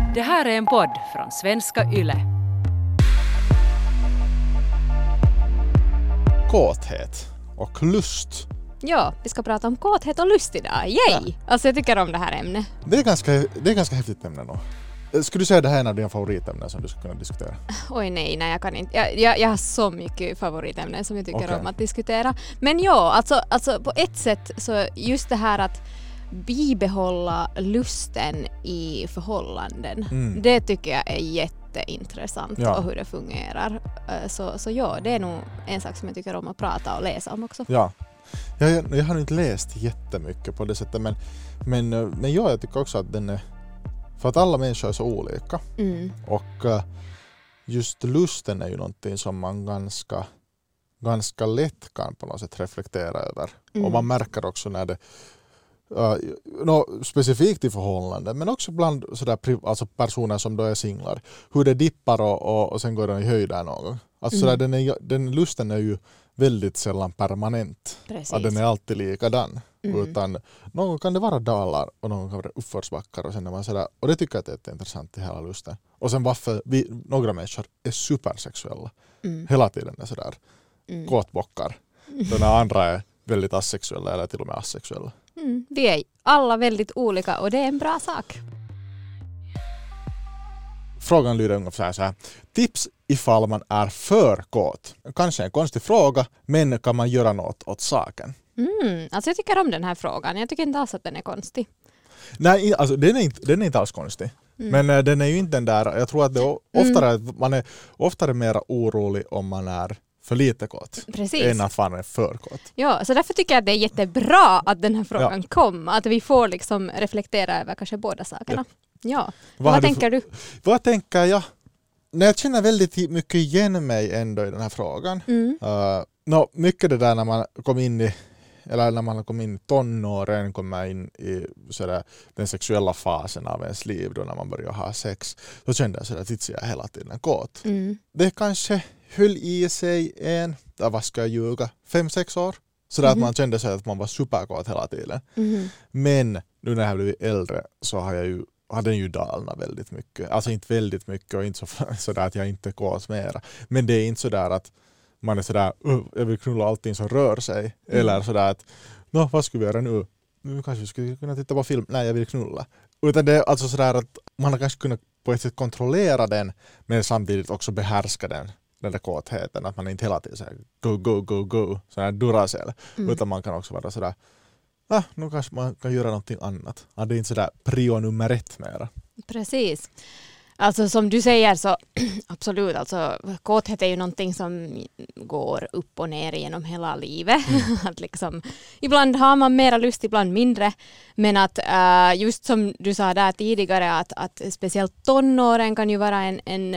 Det här är en podd från Svenska Yle. Kåthet och lust. Ja, vi ska prata om kåthet och lust idag. Yay! Ja. Alltså jag tycker om det här ämnet. Det är ganska häftigt ämne då. Skulle du säga det här är en av dina favoritämnen som du skulle kunna diskutera? Oj nej, jag kan inte. Jag har så mycket favoritämnen som jag tycker om att diskutera. Men ja, alltså på ett sätt så just det här att bibehålla lusten i förhållanden. Det tycker jag är jätteintressant och hur det fungerar. Så ja, det är nog en sak som jag tycker om att prata och läsa om också. Ja. Jag har inte läst jättemycket på det sättet men jag tycker också att den är, för att alla människor är så olika och just lusten är ju någonting som man ganska lätt kan på något sätt reflektera över och man märker också när det specifikt i förhållanden men också bland sådär, alltså personer som då är singlar hur det dippar och sen går den i höjden någon gång. Alltså sådär, den lusten är ju väldigt sällan permanent. Att den är alltid likadan. Utan någon gång kan det vara dalar och någon gång kan det vara uppförsbackar och sen är man sådär, och det tycker jag att det är intressant i hela lusten. Och sen varför några människor är supersexuella. Hela tiden är sådär kåtbockar. Då när andra är väldigt asexuella eller till och med asexuella. Vi är alla väldigt olika och det är en bra sak. Frågan lyder ungefär så här. Tips ifall man är för kåt. Kanske en konstig fråga, men kan man göra något åt saken? Alltså jag tycker om den här frågan. Jag tycker inte alls att den är konstig. Nej, alltså den är inte alls konstig. Men den är ju inte den där. Jag tror att det man är oftare mer orolig om man är för lite kåt. Precis. Än att man är för kåt. Ja, så därför tycker jag att det är jättebra att den här frågan kom. Att vi får liksom reflektera över kanske båda sakerna. Ja. Vad tänker du? Vad tänker jag? Jag känner väldigt mycket igen mig ändå i den här frågan. Mycket det där när man kom in i tonåren, kommer in i sådär, den sexuella fasen av ens liv då när man börjar ha sex, så kände jag sådär att jag hela tiden kåt. Det kanske höll i sig vad ska jag ljuga, 5-6 år. Så att man kände sig att man var superkåt hela tiden. Men nu när jag har blivit äldre så har den ju dalnat väldigt mycket. Alltså inte väldigt mycket och inte sådär att jag inte kåt mera. Men det är inte sådär att man är sådär, jag vill knulla allting som rör sig. Eller sådär att, vad ska vi göra nu? Nu kanske vi skulle kunna titta på film. Nej, jag vill knulla. Utan det är alltså sådär att man har kanske kunnat på ett sätt kontrollera den men samtidigt också behärska den där kåtheten. Att man inte hela tiden säger go. Sådär duracell. Utan man kan också vara sådär, nu kanske man kan göra någonting annat. Det är inte sådär prio nummer 1 mera. Precis. Alltså som du säger så absolut, alltså kåthet är ju någonting som går upp och ner genom hela livet. Att liksom, ibland har man mera lust, ibland mindre. Men att just som du sa där tidigare att speciellt tonåren kan ju vara en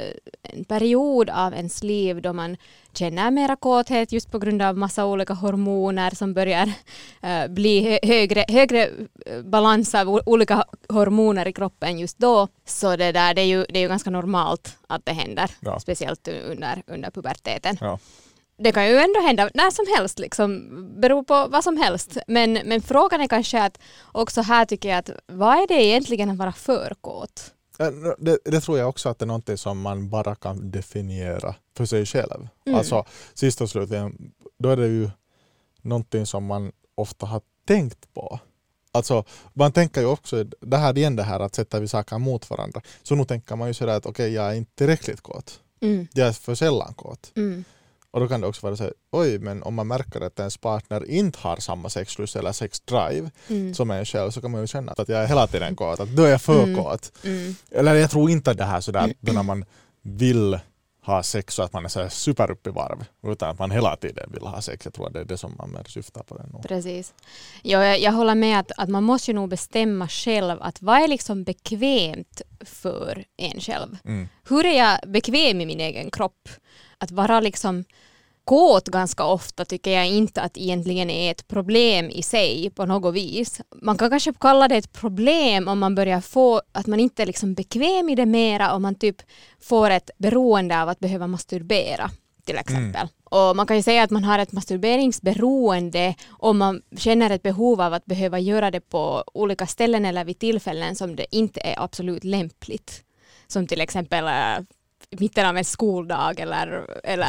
period av ens liv då man känner mera kåthet just på grund av massa olika hormoner som börjar bli högre balans av olika hormoner i kroppen just då. Så det är ju ganska normalt att det händer, speciellt under puberteten. Ja. Det kan ju ändå hända när som helst, liksom, beror på vad som helst. Men frågan är kanske att också här tycker jag att vad är det egentligen att vara för kåt? Det tror jag också att det är någonting som man bara kan definiera för sig själv. Alltså sist och slutligen, då är det ju någonting som man ofta har tänkt på. Alltså man tänker ju också, det här att sätta vi saker mot varandra. Så nu tänker man ju sådär att okej, jag är inte tillräckligt kåt. Jag är för sällan kåt. Och då kan det också vara så här, men om man märker att ens partner inte har samma sexlust eller sexdrive som en själv, så kan man ju känna att jag är hela tiden kåt, att då är jag för kåt. Eller jag tror inte att det här sådär, när man vill ha sex så att man är så super upp i varv, utan att man hela tiden vill ha sex. Jag tror att det är det som man mer syftar på. Den. Precis. Jag håller med att man måste ju nog bestämma själv att vad är liksom bekvämt för en själv. Hur är jag bekväm i min egen kropp? Att vara liksom kåt ganska ofta tycker jag inte att egentligen är ett problem i sig på något vis. Man kan kanske kalla det ett problem om man börjar få att man inte är liksom bekväm i det mera och man typ får ett beroende av att behöva masturbera till exempel. Och man kan ju säga att man har ett masturberingsberoende om man känner ett behov av att behöva göra det på olika ställen eller vid tillfällen som det inte är absolut lämpligt. Som till exempel mitten av en skoldag eller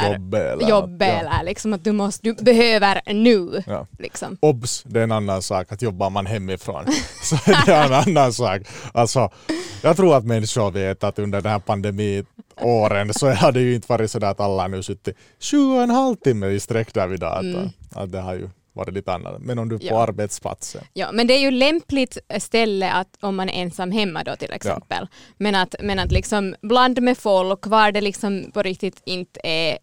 jobb eller liksom att du behöver nu. Ja. Liksom. Obs, det är en annan sak att jobbar man hemifrån. Så det är en annan sak. Alltså, jag tror att människor vet att under den här pandemiåren så har det ju inte varit så där att alla nu suttit 7,5 timmar i sträck där vid datorn. Att det har ju varit lite annat. Men om du är på arbetsplatsen. Ja, men det är ju lämpligt ställe att om man är ensam hemma då till exempel. Ja. Men att liksom bland med folk var det liksom på riktigt inte är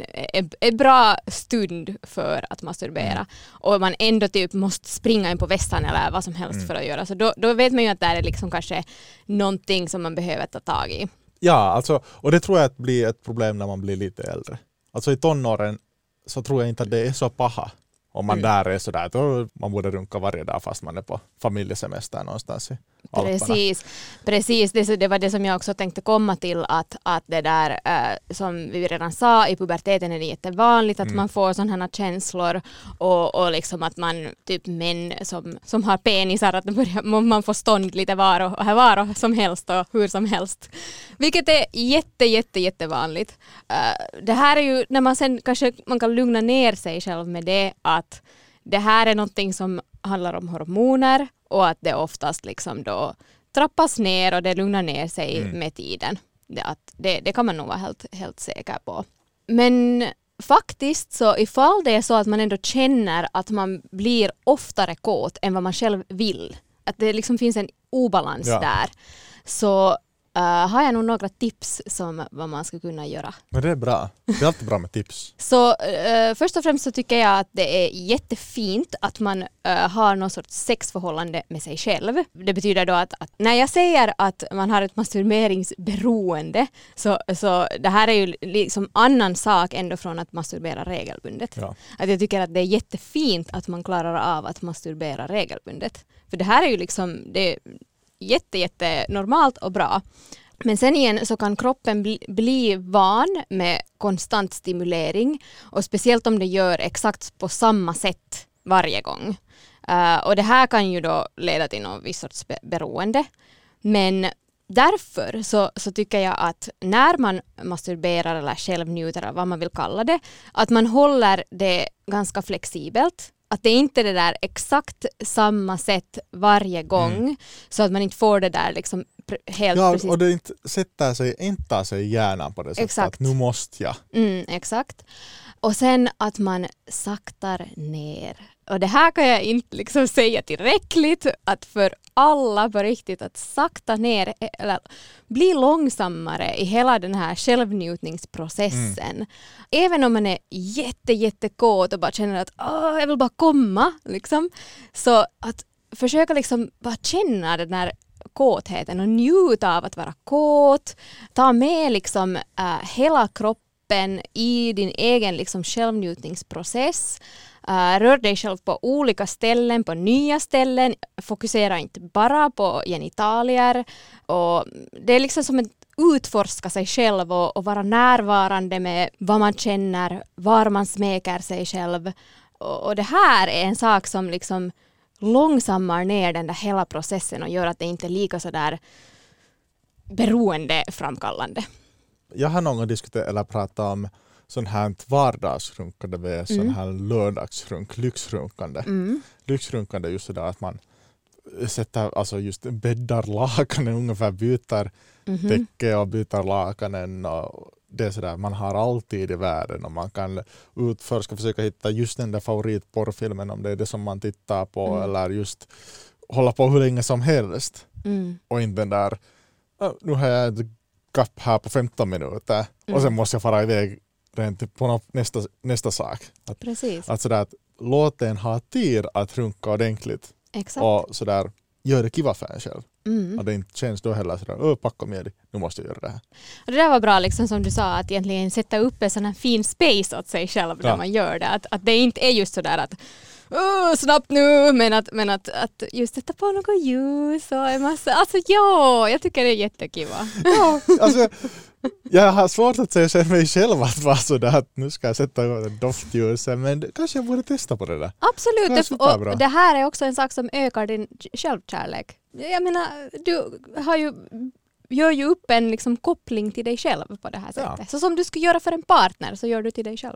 en bra stund för att masturbera. Och man ändå typ måste springa in på vässan eller vad som helst för att göra. Så då vet man ju att det är liksom kanske någonting som man behöver ta tag i. Ja, alltså, och det tror jag att blir ett problem när man blir lite äldre. Alltså i tonåren så tror jag inte att det är så paha. Om man där är sådär att man borde runka varje dag fast man är på familjesemester någonstans i Alperna. Precis. Det var det som jag också tänkte komma till att det där som vi redan sa i puberteten är det jättevanligt att man får sådana här känslor och liksom att man typ män som har penisar att man får stånd lite var som helst och hur som helst. Vilket är jättevanligt. Det här är ju när man sen kanske man kan lugna ner sig själv med det att det här är någonting som handlar om hormoner och att det liksom då trappas ner och det lugnar ner sig med tiden. Det kan man nog vara helt säker på. Men faktiskt så ifall det är så att man ändå känner att man blir oftare kåt än vad man själv vill, att det liksom finns en obalans där, så har jag nog några tips som vad man ska kunna göra. Men det är bra. Det är alltid bra med tips. Så först och främst så tycker jag att det är jättefint att man har någon sorts sexförhållande med sig själv. Det betyder då att när jag säger att man har ett masturberingsberoende så det här är ju liksom annan sak ändå från att masturbera regelbundet. Ja. Att jag tycker att det är jättefint att man klarar av att masturbera regelbundet. För det här är ju liksom det jätte normalt och bra. Men sen igen så kan kroppen bli van med konstant stimulering och speciellt om det gör exakt på samma sätt varje gång. Och det här kan ju då leda till någon viss sorts beroende. Men därför så tycker jag att när man masturberar eller självnjuter eller vad man vill kalla det, att man håller det ganska flexibelt. Att det inte är det där exakt samma sätt varje gång så att man inte får det där liksom helt precis. Ja, och det inte sätter sig i hjärnan på det sättet att nu måste jag. Exakt. Och sen att man saktar ner. Och det här kan jag inte liksom säga tillräckligt att för alla på riktigt att sakta ner eller bli långsammare i hela den här självnjutningsprocessen. Även om man är jättekåt och bara känner att jag vill bara komma liksom. Så att försöka liksom bara känna den här kåtheten och njuta av att vara kåt. Ta med liksom hela kroppen i din egen liksom självnjutningsprocess. Rör dig själv på olika ställen, på nya ställen. Fokusera inte bara på genitalier. Och det är liksom som att utforska sig själv och vara närvarande med vad man känner, var man smeker sig själv. Och det här är en sak som liksom långsammar ner den där hela processen och gör att det inte är lika så där beroendeframkallande. Jag har någon gång diskuterat eller pratat om sån här vardagsrunkande med sån här lördagsrunk, lyxrunkande. Lyxrunkande är just sådär att man sätter, alltså just bäddar lakanen, ungefär byter täcke och byter lakanen och det är sådär, man har alltid i världen och man kan utforska, försöka hitta just den där favoritporrfilmen om det är det som man tittar på eller just hålla på hur länge som helst. Och inte den där, nu har jag ett gap här på 15 minuter och sen måste jag fara iväg på nästa sak. Precis. Att sådär att låt den ha tid att runka ordentligt. Exakt. Och sådär gör det kiva för en själv. Och det inte känns då heller sådär packa med det, nu måste jag göra det här. Och det där var bra liksom som du sa att egentligen sätta upp en sån här fin space åt sig själv när man gör det. Att det inte är just sådär att snabbt nu, men att just sätta på något ljus och en massa, alltså ja, jag tycker det är jättekiva. Ja, alltså jag har svårt att säga mig själv att vara sådär att nu ska jag sätta igång doftljusen, men kanske jag borde testa på det där. Absolut, och det här är också en sak som ökar din självkärlek. Jag menar, du gör ju upp en liksom koppling till dig själv på det här sättet. Ja. Så som du skulle göra för en partner så gör du till dig själv.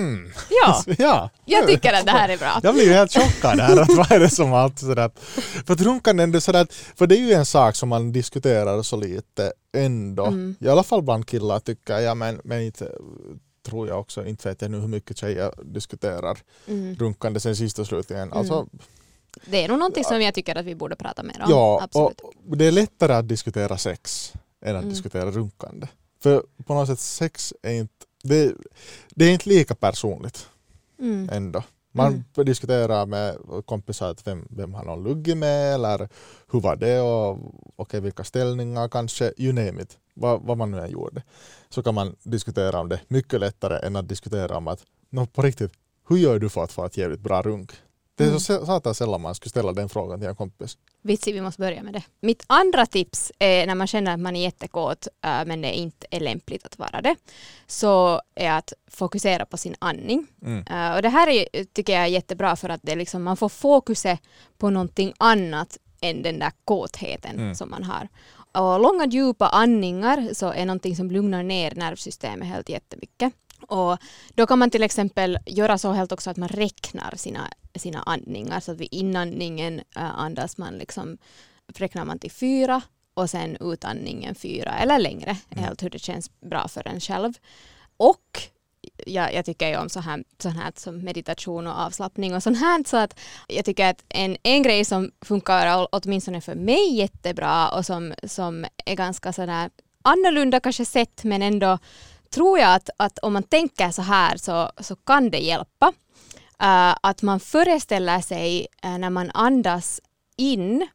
Ja, jag tycker att det här är bra. Jag blir ju helt chockad här att vad är det som alltid sådär. För runkande ändå sådär, för det är ju en sak som man diskuterar så lite ändå. I alla fall bland killar tycker jag, men inte tror jag också, inte vet jag nu hur mycket tjejer diskuterar runkande sen sist och slutligen. Alltså, det är nog någonting som jag tycker att vi borde prata mer om. Ja, absolut. Och det är lättare att diskutera sex än att diskutera runkande. För på något sätt sex är inte, det är inte lika personligt ändå. Man diskuterar med kompisar att vem har någon lugg med eller hur var det och vilka ställningar kanske, you name it, vad man nu än gjorde. Så kan man diskutera om det mycket lättare än att diskutera om att på riktigt, hur gör du för att få ett jävligt bra runk? Det är så satan sällan man skulle ställa den frågan till en kompis. Vitsi, vi måste börja med det. Mitt andra tips är när man känner att man är jättekåt men det inte är lämpligt att vara det, så är att fokusera på sin andning. Och det här tycker jag är jättebra för att det liksom, man får fokuset på någonting annat än den där kåtheten som man har. Och långa djupa andningar så är någonting som lugnar ner nervsystemet helt jättemycket. Och då kan man till exempel göra så helt också att man räknar sina andningar. Så att vid inandningen andas man liksom, räknar man till 4 och sen utandningen 4 eller längre. Helt hur det känns bra för en själv. Och jag tycker ju om sån här som meditation och avslappning och sånt här. Så att jag tycker att en grej som funkar åtminstone för mig jättebra och som är ganska sådär annorlunda kanske sett, men ändå tror jag att om man tänker så här så kan det hjälpa. Att man föreställer sig när man andas in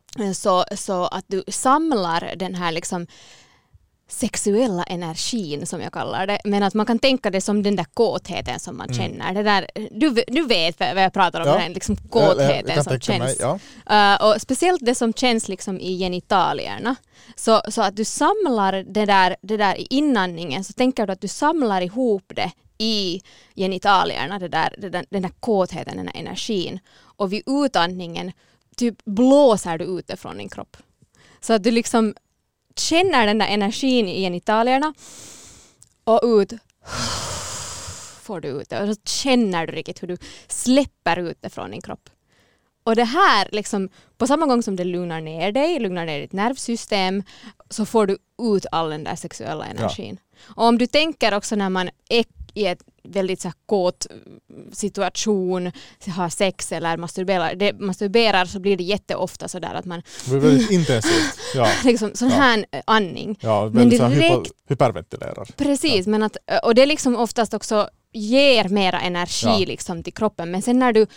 så att du samlar den här liksom sexuella energin som jag kallar det. Men att man kan tänka det som den där kåtheten som man känner. Det där, du vet vad jag pratar om, den här liksom kåtheten som känns. Mig, och speciellt det som känns liksom i genitalierna. Så att du samlar det där i inandningen, så tänker du att du samlar ihop det i genitalierna, den där kåtheten, den där energin. Och vid utandningen typ blåser du ut det från din kropp. Så att du liksom känner den där energin i genitalierna och ut får du ut det. Och så känner du riktigt hur du släpper ut det från din kropp. Och det här, liksom, på samma gång som det lugnar ner ditt nervsystem, så får du ut all den där sexuella energin. Ja. Och om du tänker också när man är i ett väldigt så här kåt situation, har sex eller masturberar, så blir det jätteofta så där att man... Det blir väldigt intensivt. Ja. Liksom sån här andning. Ja, väldigt så direkt, hyperventilerar. Precis, men och det liksom oftast också ger mera energi liksom till kroppen. Men sen när du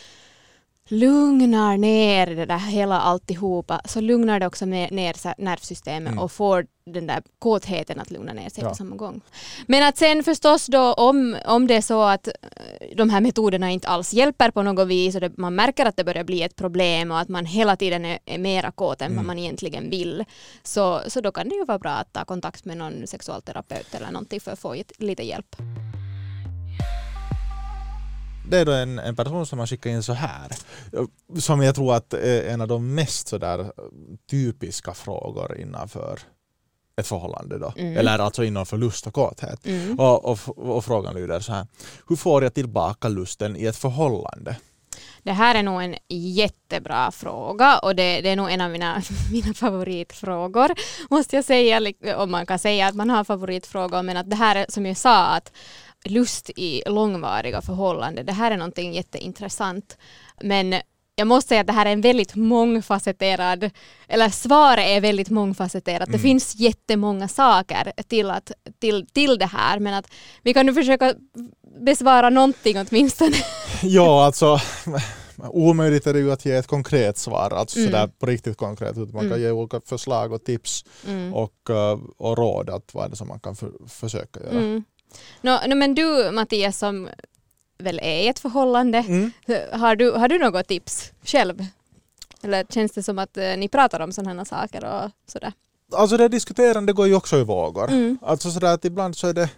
lugnar ner det där hela alltihopa, så lugnar det också ner nervsystemet och får den där kåtheten att lugna ner sig på samma gång. Men att sen förstås då om det är så att de här metoderna inte alls hjälper på något vis och man märker att det börjar bli ett problem och att man hela tiden är mera kåt än vad man egentligen vill, så då kan det ju vara bra att ta kontakt med någon sexualterapeut eller någonting för att få lite hjälp. Det är då en person som har skickat in så här, som jag tror att är en av de mest så där typiska frågor innanför ett förhållande då. Eller alltså innanför lust och kåthet. Och frågan lyder så här: hur får jag tillbaka lusten i ett förhållande? Det här är nog en jättebra fråga och det är nog en av mina favoritfrågor, måste jag säga, om man kan säga att man har favoritfrågor, men att det här är, som jag sa, att lust i långvariga förhållanden, det här är någonting jätteintressant. Men jag måste säga att det här är en väldigt mångfacetterad, eller svaret är väldigt mångfacetterat. Det finns jättemånga saker till det här, men att vi kan nu försöka besvara någonting åtminstone. Ja, alltså omöjligt är det ju att ge ett konkret svar, alltså sådär på riktigt konkret. Man kan ge olika förslag och tips och råd att vad är det som man kan försöka göra. Men du, Mattias, som väl är i ett förhållande. Har du något tips själv? Eller känns det som att ni pratar om sådana här saker och sådär? Alltså det diskuterande går ju också i vågor. Alltså sådär att ibland så är det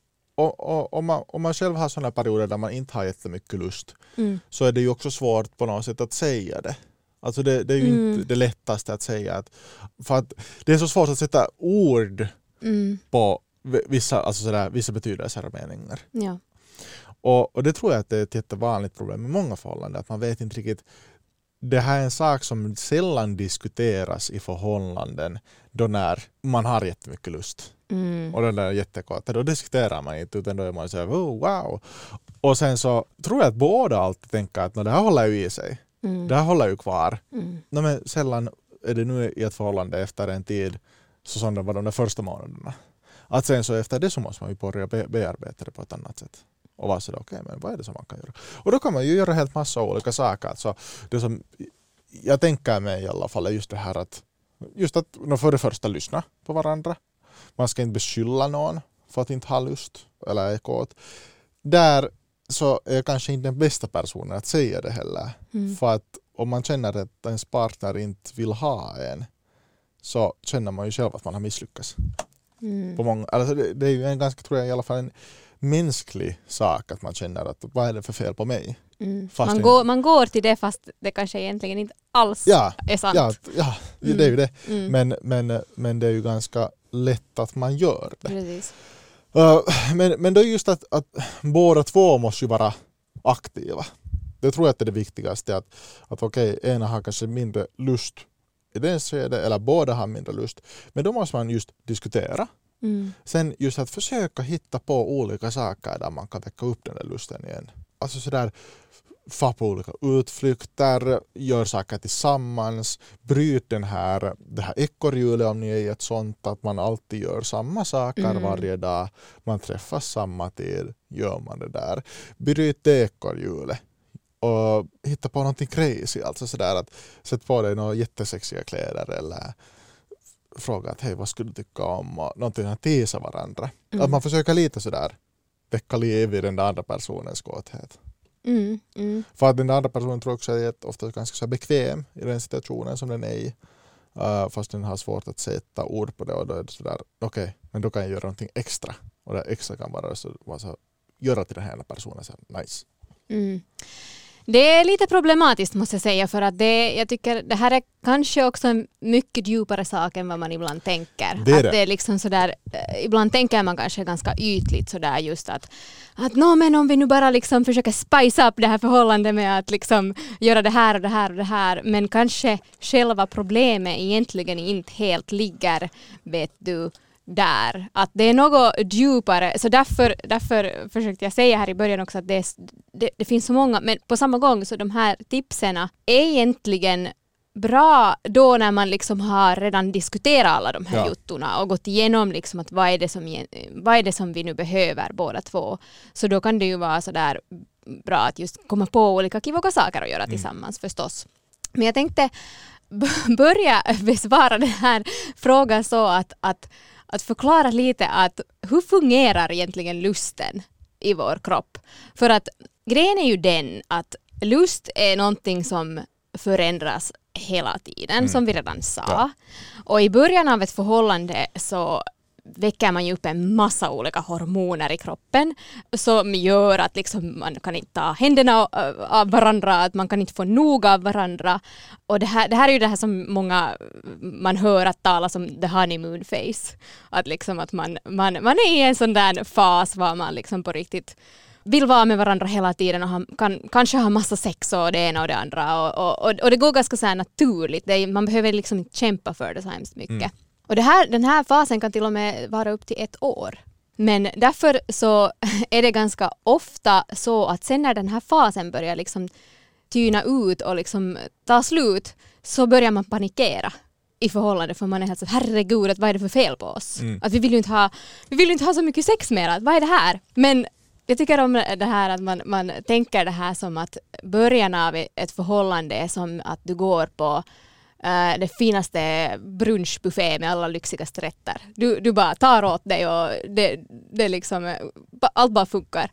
om man själv har sådana perioder där man inte har jättemycket lust så är det ju också svårt på något sätt att säga det. Alltså det är ju inte det lättaste att säga. För att det är så svårt att sätta ord på vissa betydelser och meningar. Ja. Och det tror jag att det är ett jättevanligt problem med många förhållanden. Att man vet inte riktigt. Det här är en sak som sällan diskuteras i förhållanden då när man har jättemycket lust. Och den där är jättekort. Då diskuterar man inte utan då är man så här, wow. Och sen så tror jag att båda alltid tänker att det här håller ju i sig. Det här håller ju kvar. Men sällan är det nu i ett förhållande efter en tid så som det var de första månaderna. Att sen så efter det så måste man ju börja bearbeta det på ett annat sätt. Och vara så okej, men vad är det som man kan göra? Och då kan man ju göra helt massa olika saker. Alltså, det som jag tänker mig i alla fall är just det här att för det första lyssna på varandra. Man ska inte beskylla någon för att inte ha lust eller är kåt. Där så är jag kanske inte den bästa personen att säga det heller. För att om man känner att ens partner inte vill ha en så känner man ju själv att man har misslyckats. På många, alltså det är ju en ganska, tror jag i alla fall en mänsklig sak att man känner att vad är det för fel på mig? Man går till det fast det kanske egentligen inte alls är sant. Ja, det är ju det. Men det är ju ganska lätt att man gör det. Precis. Men det är just att båda två måste ju vara aktiva. Det tror jag att det är det viktigaste. Att okej, ena har kanske mindre lust i den skedet eller båda har mindre lust. Men då måste man just diskutera. Sen just att försöka hitta på olika saker där man kan väcka upp den där lusten igen. Alltså sådär, få på olika utflykter, gör saker tillsammans, bryt det här ekorrhjulet om ni är i ett sånt att man alltid gör samma saker varje dag, man träffas samma tid, gör man det där. Bryt det ekorrhjulet och hitta på någonting crazy, alltså sådär att sätt på dig några jättesexiga kläder eller fråga att hej, vad skulle du tycka om och någonting att tisa varandra. Att man försöker lite sådär väcka liv i den där andra personens kåthet. För att den andra personen tror också är ofta ganska så bekväm i den situationen som den är i. Fast den har svårt att sätta ord på det och då är det sådär, okej, men då kan jag göra någonting extra. Och det extra kan vara så göra till den här personen så nice. Det är lite problematiskt måste jag säga för att jag tycker det här är kanske också en mycket djupare sak än vad man ibland tänker. Det är liksom sådär, ibland tänker man kanske ganska ytligt sådär just att men om vi nu bara liksom försöker spice up det här förhållandet med att liksom göra det här och det här och det här, men kanske själva problemet egentligen inte helt ligger, vet du, där. Att det är något djupare. Så därför försökte jag säga här i början också att det finns så många. Men på samma gång så de här tipsen är egentligen bra då när man liksom har redan diskuterat alla de här juttorna och gått igenom liksom att vad är det som vi nu behöver båda två. Så då kan det ju vara så där bra att just komma på olika kivoga saker att göra tillsammans förstås. Men jag tänkte börja besvara den här frågan så att förklara lite att hur fungerar egentligen lusten i vår kropp? För att grejen är ju den att lust är någonting som förändras hela tiden, som vi redan sa. Ja. Och i början av ett förhållande så väcker man ju upp en massa olika hormoner i kroppen som gör att liksom man kan inte ta händerna av varandra, att man kan inte få nog av varandra. Och det här är ju det här som man hör att talas om the honeymoon phase. Att liksom att man är i en sån där fas var man liksom på riktigt vill vara med varandra hela tiden och kanske ha massa sex och det ena och det andra. Och det går ganska så här naturligt. Man behöver liksom inte kämpa för det så hemskt mycket. Och den här fasen kan till och med vara upp till 1 år. Men därför så är det ganska ofta så att sen när den här fasen börjar liksom tyna ut och liksom ta slut så börjar man panikera i förhållande för man är helt så herregud, vad är det för fel på oss? Att vi vill ju inte ha så mycket sex mer. Vad är det här? Men jag tycker om det här att man tänker det här som att början av ett förhållande är som att du går på det finaste brunchbuffé med alla lyxigaste rätter. Du bara tar åt dig och det liksom allt bara funkar.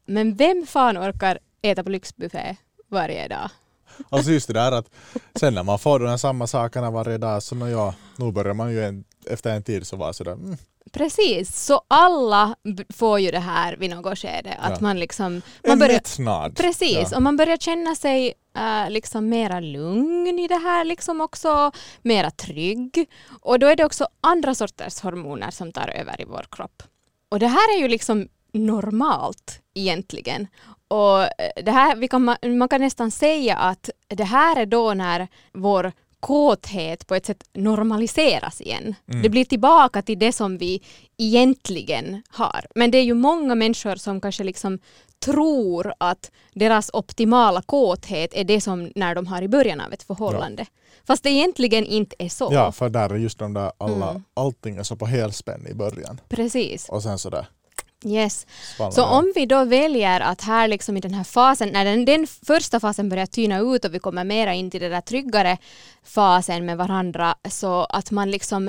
Men vem fan orkar äta på lyxbuffé varje dag? Alltså just det där att sen när man får de här samma sakerna varje dag så nu börjar man ju efter en tid så vara sådär Precis, så alla får ju det här vid något skede. Att man liksom... Man börjar, precis, och man börjar känna sig liksom mera lugn i det här liksom också, mera trygg. Och då är det också andra sorters hormoner som tar över i vår kropp. Och det här är ju liksom normalt egentligen. Och det här, man kan nästan säga att det här är då när vår kåthet på ett sätt normaliseras igen. Det blir tillbaka till det som vi egentligen har. Men det är ju många människor som kanske liksom tror att deras optimala kåthet är det som när de har i början av ett förhållande. Ja. Fast det egentligen inte är så. Ja, för där är just de där allting är så på helspänn i början. Precis. Och sen sådär. Yes. Så om vi då väljer att här liksom i den här fasen, när den första fasen börjar tyna ut och vi kommer mera in till den där tryggare fasen med varandra, så att man liksom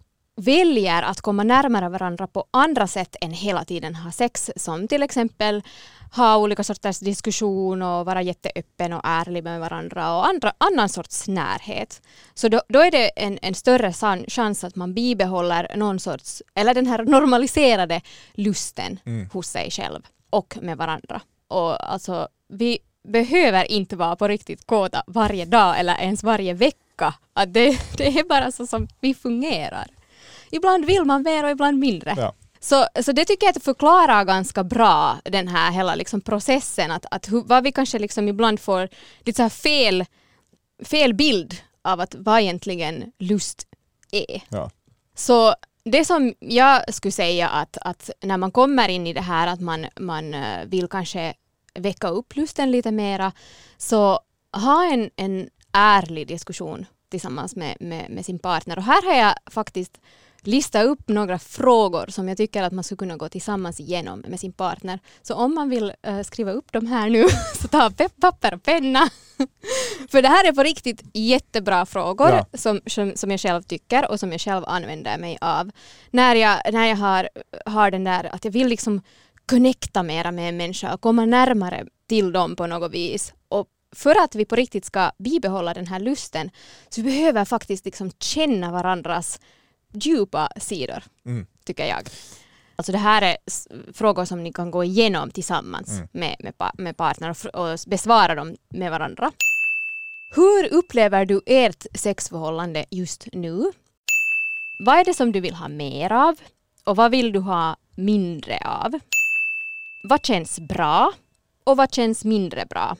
väljer att komma närmare varandra på andra sätt än hela tiden ha sex, som till exempel ha olika sorters diskussion och vara jätteöppen och ärlig med varandra och annan sorts närhet. Så då är det en större chans att man bibehåller någon sorts, eller den här normaliserade lusten hos sig själv och med varandra. Och alltså, vi behöver inte vara på riktigt kåta varje dag eller ens varje vecka. Att det är bara så som vi fungerar. Ibland vill man mer och ibland mindre. Ja. Så det tycker jag att förklarar ganska bra den här hela liksom processen. Att vad vi kanske liksom ibland får lite så här fel bild av att vad egentligen lust är. Ja. Så det som jag skulle säga att när man kommer in i det här att man vill kanske väcka upp lusten lite mera, så ha en ärlig diskussion tillsammans med sin partner. Och här har jag faktiskt listat upp några frågor som jag tycker att man skulle kunna gå tillsammans igenom med sin partner. Så om man vill skriva upp de här nu, så ta papper och penna. För det här är på riktigt jättebra frågor som jag själv tycker och som jag själv använder mig av. När jag har den där att jag vill liksom connecta mera med en människa och komma närmare till dem på något vis. Och för att vi på riktigt ska bibehålla den här lusten, så vi behöver faktiskt liksom känna varandras djupa sidor, tycker jag. Alltså det här är frågor som ni kan gå igenom tillsammans med partner och besvara dem med varandra. Hur upplever du ert sexförhållande just nu? Vad är det som du vill ha mer av? Och vad vill du ha mindre av? Vad känns bra? Och vad känns mindre bra?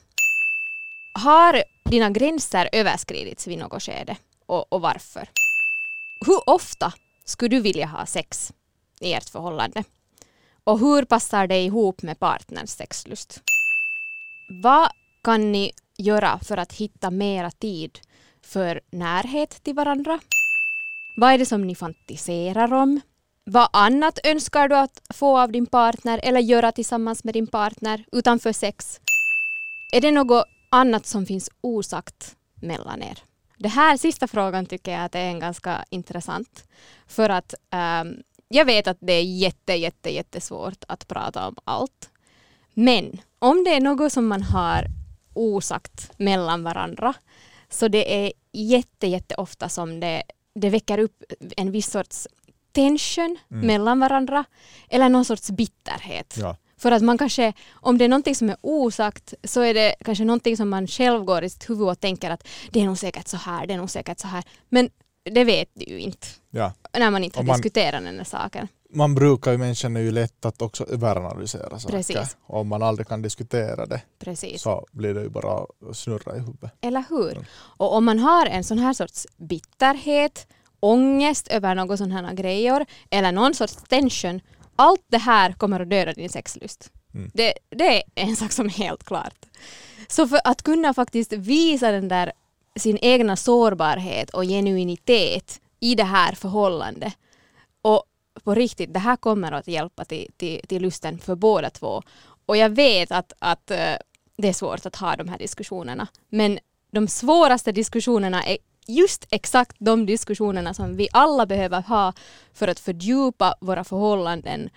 Har dina gränser överskridits vid något skede? Och varför? Hur ofta skulle du vilja ha sex i ert förhållande? Och hur passar det ihop med partners sexlust? Vad kan ni göra för att hitta mera tid för närhet till varandra? Vad är det som ni fantiserar om? Vad annat önskar du att få av din partner eller göra tillsammans med din partner utanför sex? Är det något annat som finns osagt mellan er? Det här sista frågan tycker jag att är en ganska intressant. För att jag vet att det är jättesvårt att prata om allt. Men om det är något som man har osagt mellan varandra, så det är jätteofta som det väcker upp en viss sorts tension mellan varandra eller någon sorts bitterhet. Ja. För att man kanske, om det är någonting som är osagt, så är det kanske någonting som man själv går i sitt huvud och tänker att det är nog säkert så här, det är nog säkert så här. Men det vet du ju inte när man inte har diskuterat den här saken. Man brukar ju, människan är ju lätt att också överanalysera saker. Precis. Om man aldrig kan diskutera det, så blir det ju bara snurra i huvudet. Eller hur? Och om man har en sån här sorts bitterhet, ångest över något sån här grejer eller någon sorts tension, allt det här kommer att döda din sexlust. Det är en sak som är helt klart. Så för att kunna faktiskt visa den där sin egna sårbarhet och genuinitet i det här förhållandet, och på riktigt, det här kommer att hjälpa till lusten för båda två. Och jag vet att det är svårt att ha de här diskussionerna, men de svåraste diskussionerna är just exakt de diskussionerna som vi alla behöver ha för att fördjupa våra förhållanden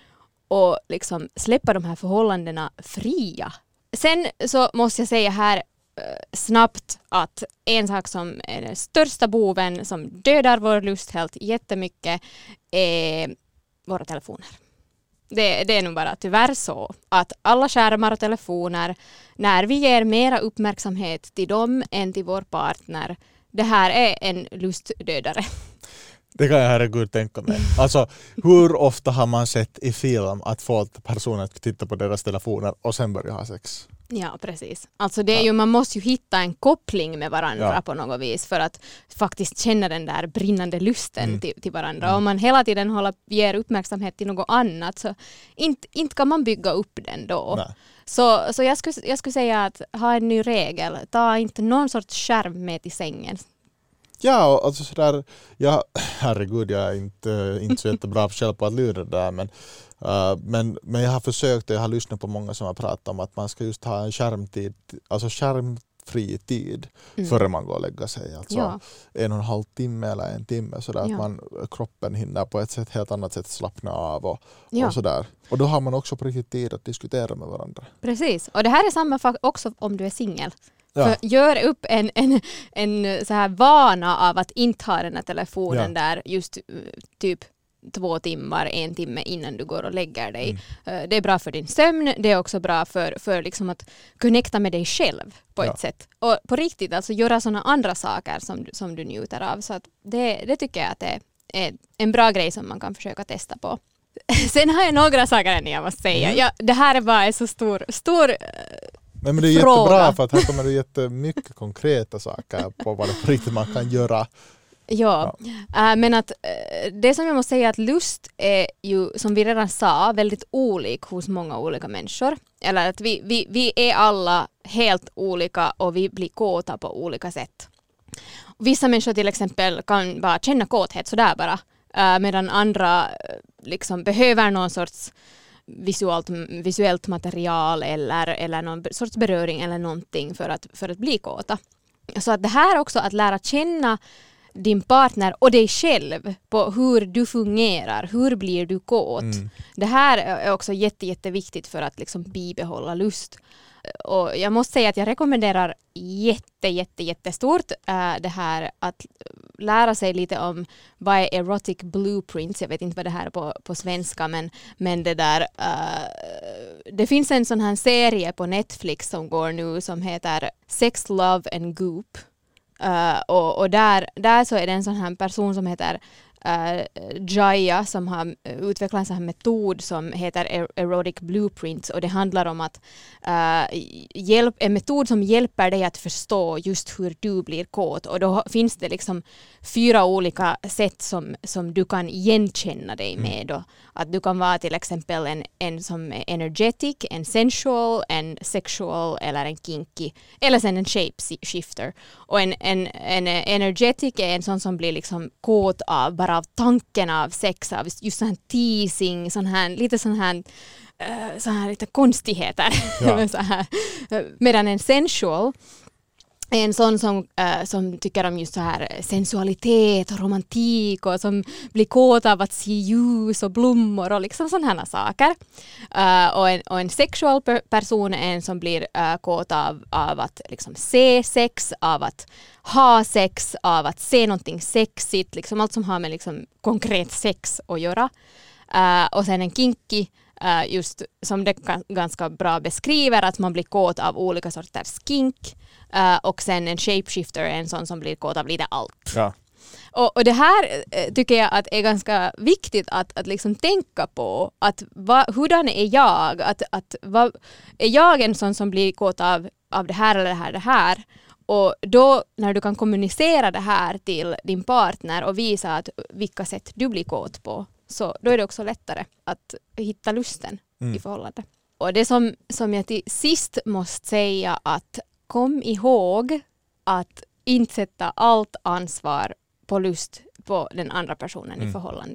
och liksom släppa de här förhållandena fria. Sen så måste jag säga här snabbt att en sak som är den största boven som dödar vår lust helt jättemycket är våra telefoner. Det är nog bara tyvärr så att alla skärmar och telefoner, när vi ger mera uppmärksamhet till dem än till vår partner, det här är en lustdödare. Det kan jag herregud tänka mig. Alltså, hur ofta har man sett i film att folk personer tittar på deras telefoner och sen börjar ha sex? Ja, precis. Alltså det är ju, man måste ju hitta en koppling med varandra på något vis för att faktiskt känna den där brinnande lusten till varandra. Om man hela tiden ger uppmärksamhet till något annat så inte kan man bygga upp den då. Nej. Så jag skulle säga att ha en ny regel. Ta inte någon sorts skärm med till sängen. Ja, alltså sådär, herregud, jag är inte så jättebra själv på att lyda det där, men jag har försökt och jag har lyssnat på många som har pratat om att man ska just ha en skärmtid, alltså skärmfri tid före man går och lägga sig. Alltså 1,5 timme eller 1 timme sådär att kroppen hinner på ett helt annat sätt slappna av och sådär. Och då har man också på riktigt tid att diskutera med varandra. Precis, och det här är samma också om du är singel. För gör upp en så här vana av att inte ha den här telefonen där just typ 2 timmar, 1 timme innan du går och lägger dig. Det är bra för din sömn, det är också bra för liksom att connecta med dig själv på ett sätt. Och på riktigt, alltså göra sådana andra saker som du njuter av. Så att det tycker jag att det är en bra grej som man kan försöka testa på. Sen har jag några saker jag måste säga. Det här är bara en så stor men det är jättebra för att här kommer det jättemycket konkreta saker på vad det riktigt man kan göra. Ja. Men att det som jag måste säga att lust är ju, som vi redan sa, väldigt olik hos många olika människor. Eller att vi är alla helt olika och vi blir kåta på olika sätt. Vissa människor till exempel kan bara känna kåthet sådär bara. Medan andra liksom behöver någon sorts visuellt material eller någon sorts beröring eller någonting för att bli kåta. Så att det här också att lära känna din partner och dig själv på hur du fungerar, hur blir du kåt. Det här är också jätteviktigt för att liksom bibehålla lust. Och jag måste säga att jag rekommenderar jättestort det här att lära sig lite om vad är erotic blueprints. Jag vet inte vad det här är på svenska, men det där det finns en sån här serie på Netflix som går nu som heter Sex, Love and Goop. Och där så är det en sån här person som heter Jaya som har utvecklat en sån här metod som heter Erotic Blueprints, och det handlar om att en metod som hjälper dig att förstå just hur du blir kåt, och då finns det liksom 4 olika sätt som du kan igenkänna dig med då. Att du kan vara till exempel en som är energetic, en sensual, en sexual eller en kinky, eller sen en shape-shifter. Och en energetic är en sån som blir liksom kåt bara av tanken av sex, av just sån här teasing, lite lite konstigheter. Ja. Så här. Medan en sensual är en sån som tycker om just så här sensualitet och romantik och som blir kåt av att se ljus och blommor och liksom sådana här saker. Och en sexual person är en som blir kåt av att liksom se sex, av att ha sex, av att se någonting sexigt, liksom allt som har med liksom konkret sex att göra. Och sen en kinky, just som det ganska bra beskriver, att man blir kåt av olika sorters kink. Och sen en shapeshifter är en sån som blir kåt av lite allt. Ja. Och det här tycker jag att är ganska viktigt att liksom tänka på. Att hurdan är jag? Är jag en sån som blir kåt av det här eller det här? Och då när du kan kommunicera det här till din partner och visa att vilka sätt du blir kåt på, så då är det också lättare att hitta lusten i förhållande. Och det som jag till sist måste säga, att kom ihåg att inte sätta allt ansvar på lust på den andra personen i förhållande.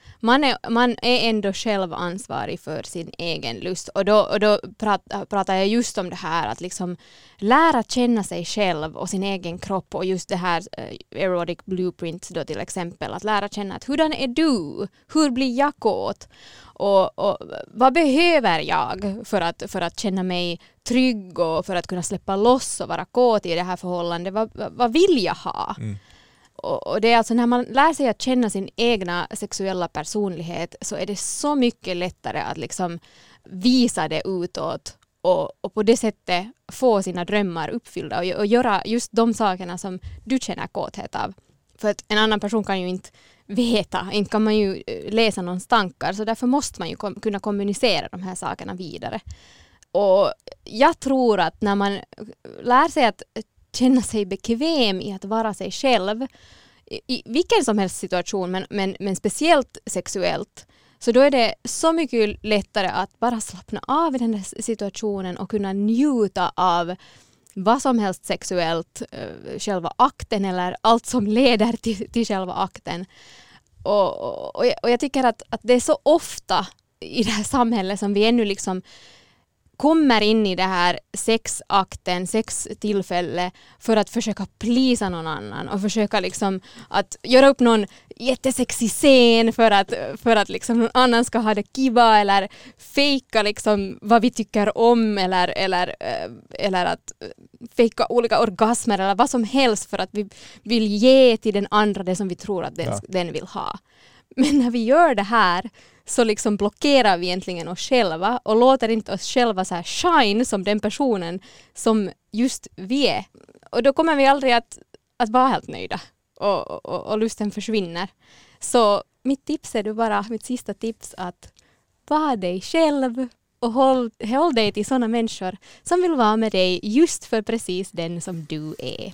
man är ändå själv ansvarig för sin egen lust. Och då pratar jag just om det här att liksom lära känna sig själv och sin egen kropp, och just det här erotic blueprint då till exempel, att lära känna att hurdan är du? Hur blir jag kåt? Och vad behöver jag för att känna mig trygg och för att kunna släppa loss och vara kåt i det här förhållandet? Vad vill jag ha? Och det är alltså när man lär sig att känna sin egna sexuella personlighet, så är det så mycket lättare att liksom visa det utåt och på det sättet få sina drömmar uppfyllda och göra just de sakerna som du känner kåthet av. För att en annan person kan ju inte veta, inte kan man ju läsa någons tankar, så därför måste man ju kunna kommunicera de här sakerna vidare. Och jag tror att när man lär sig att känna sig bekväm i att vara sig själv i vilken som helst situation, men speciellt sexuellt, så då är det så mycket lättare att bara slappna av i den här situationen och kunna njuta av vad som helst sexuellt, själva akten eller allt som leder till själva akten. Och jag tycker att det är så ofta i det här samhället som vi ännu liksom kommer in i det här sextillfälle för att försöka plisa någon annan och försöka liksom att göra upp någon jättesexig scen för att liksom någon annan ska ha det kiva, eller fejka liksom vad vi tycker om, eller att fejka olika orgasmer eller vad som helst för att vi vill ge till den andra det som vi tror att den vill ha. Men när vi gör det här så liksom blockerar vi egentligen oss själva och låter inte oss själva så här shine som den personen som just vi är. Och då kommer vi aldrig att vara helt nöjda och lusten försvinner. Så mitt sista tips att vara dig själv och håll dig till sådana människor som vill vara med dig just för precis den som du är.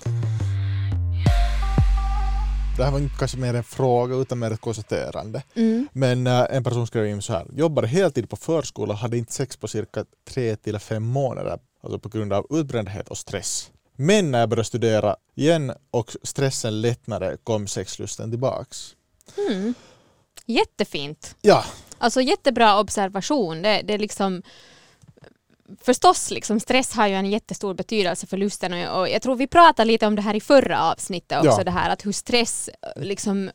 Det här var inte kanske mer en fråga utan mer ett konstaterande. Men en person skrev in så här: jobbade heltid på förskola, hade inte sex på cirka 3 till 5 månader, alltså på grund av utbrändhet och stress. Men när jag började studera igen och stressen lättnade kom sexlusten tillbaks. Jättefint. Ja. Alltså jättebra observation. Det är liksom förstås, liksom, stress har ju en jättestor betydelse för lusten, och jag tror vi pratade lite om det här i förra avsnittet också, det här att hur stress, liksom,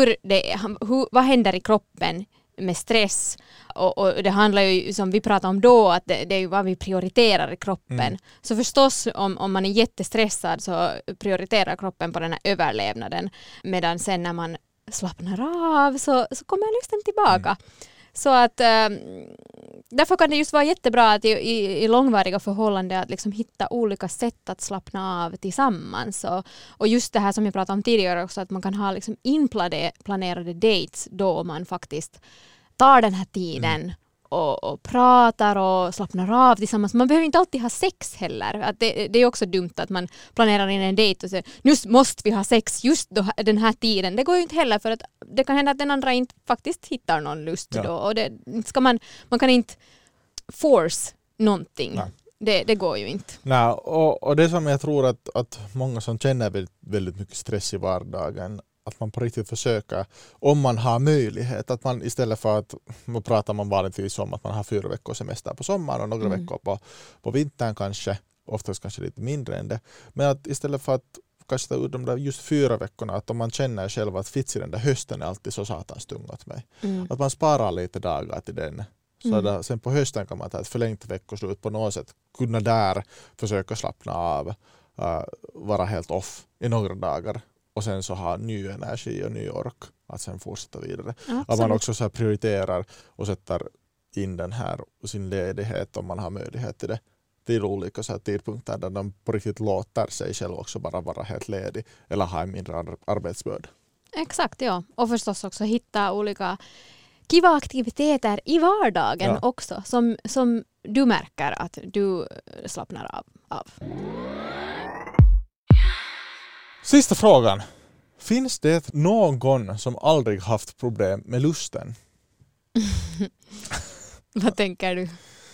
vad händer i kroppen med stress, och det handlar ju, som vi pratade om då, att det är ju vad vi prioriterar i kroppen. Så förstås om man är jättestressad så prioriterar kroppen på den här överlevnaden, medan sen när man slappnar av så kommer lusten tillbaka. Så att därför kan det just vara jättebra att i långvariga förhållanden att liksom hitta olika sätt att slappna av tillsammans. Och just det här som jag pratade om tidigare också, att man kan ha liksom inplanerade dates då man faktiskt tar den här tiden och pratar och slappnar av tillsammans. Man behöver inte alltid ha sex heller. Att det är också dumt att man planerar in en dejt och säger nu måste vi ha sex just den här tiden. Det går ju inte heller, för att det kan hända att den andra inte faktiskt hittar någon lust då. Och man kan inte force någonting. Det går ju inte. Nej, och det som jag tror att många som känner väldigt, väldigt mycket stress i vardagen, att man på riktigt försöker, om man har möjlighet, att man istället för att, då pratar man vanligtvis om att man har 4 veckor semester på sommaren och några veckor på vintern kanske, oftast kanske lite mindre än det, men att istället för att kanske ta ut de där just 4 veckorna, att om man känner själv att fits i den där hösten är alltid så satans tung åt mig, att man sparar lite dagar till den. Så sen på hösten kan man ta ett förlängt veckoslut på något sätt, kunna där försöka slappna av, vara helt off i några dagar. Och sen så ha ny energi och ny ork att sen fortsätta vidare. Absolut. Att man också så här prioriterar och sätter in den här sin ledighet, om man har möjlighet till det, till olika så här tidpunkter där de på riktigt låter sig själv också bara vara helt ledig eller ha en mindre arbetsbörd. Exakt, ja. Och förstås också hitta olika kiva aktiviteter i vardagen också, som du märker att du slappnar av. Sista frågan. Finns det någon som aldrig haft problem med lusten? Vad tänker du?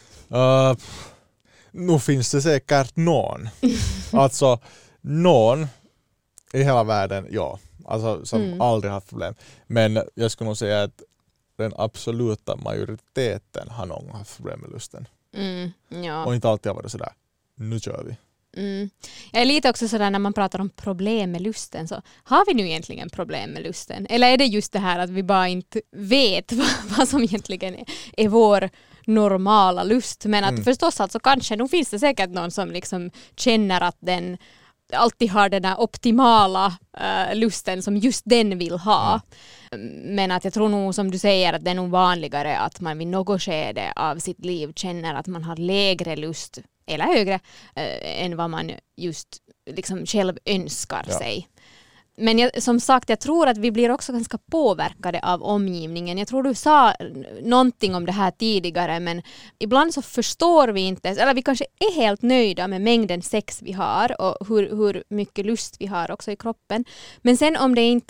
Nu finns det säkert någon. Alltså någon i hela världen, ja. Alltså som aldrig haft problem. Men jag skulle nog säga att den absoluta majoriteten har någon haft problem med lusten. Ja. Och inte alltid har varit sådär, nu kör vi. Jag är lite också sådär när man pratar om problem med lusten, så har vi nu egentligen problem med lusten? Eller är det just det här att vi bara inte vet vad som egentligen är vår normala lust? Men att förstås alltså kanske, nu finns det säkert någon som liksom känner att den alltid har den där optimala lusten som just den vill ha. Men att jag tror nog som du säger att det är nog vanligare att man vid något skede av sitt liv känner att man har lägre lust eller högre än vad man just liksom själv önskar sig. Men som sagt, jag tror att vi blir också ganska påverkade av omgivningen. Jag tror du sa någonting om det här tidigare, men ibland så förstår vi inte, eller vi kanske är helt nöjda med mängden sex vi har och hur mycket lust vi har också i kroppen. Men sen om det inte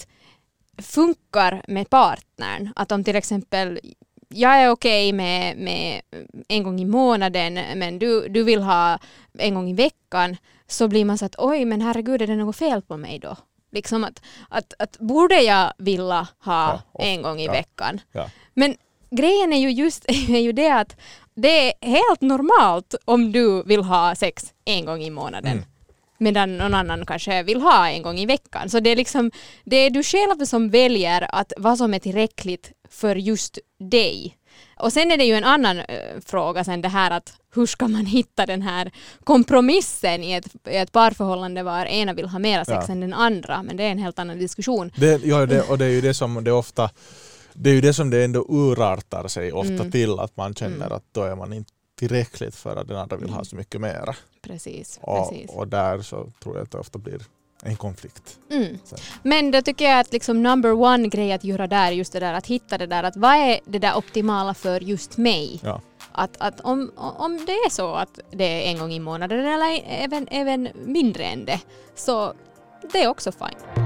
funkar med partnern, att om till exempel jag är okej med en gång i månaden, men du vill ha en gång i veckan, så blir man så att oj, men herregud, är det något fel på mig då? Liksom att borde jag vilja ha en gång i veckan? Ja. Men grejen är ju just det att det är helt normalt om du vill ha sex en gång i månaden. Medan någon annan kanske vill ha en gång i veckan. Så det är liksom, det är du själv som väljer att vad som är tillräckligt för just dig. Och sen är det ju en annan fråga sen det här att hur ska man hitta den här kompromissen i ett parförhållande var ena vill ha mera sex än den andra, men det är en helt annan diskussion. Det är ju det som det ofta, det är ju det som det ändå urartar sig ofta till, att man känner att då är man inte tillräckligt för att den andra vill ha så mycket mera. Precis. Och där så tror jag att det ofta blir en konflikt. Men då tycker jag att liksom number one grej att göra där, just det där att hitta det där, att vad är det där optimala för just mig? Ja. Att om det är så att det är en gång i månaden eller även mindre än det, så det är också fine.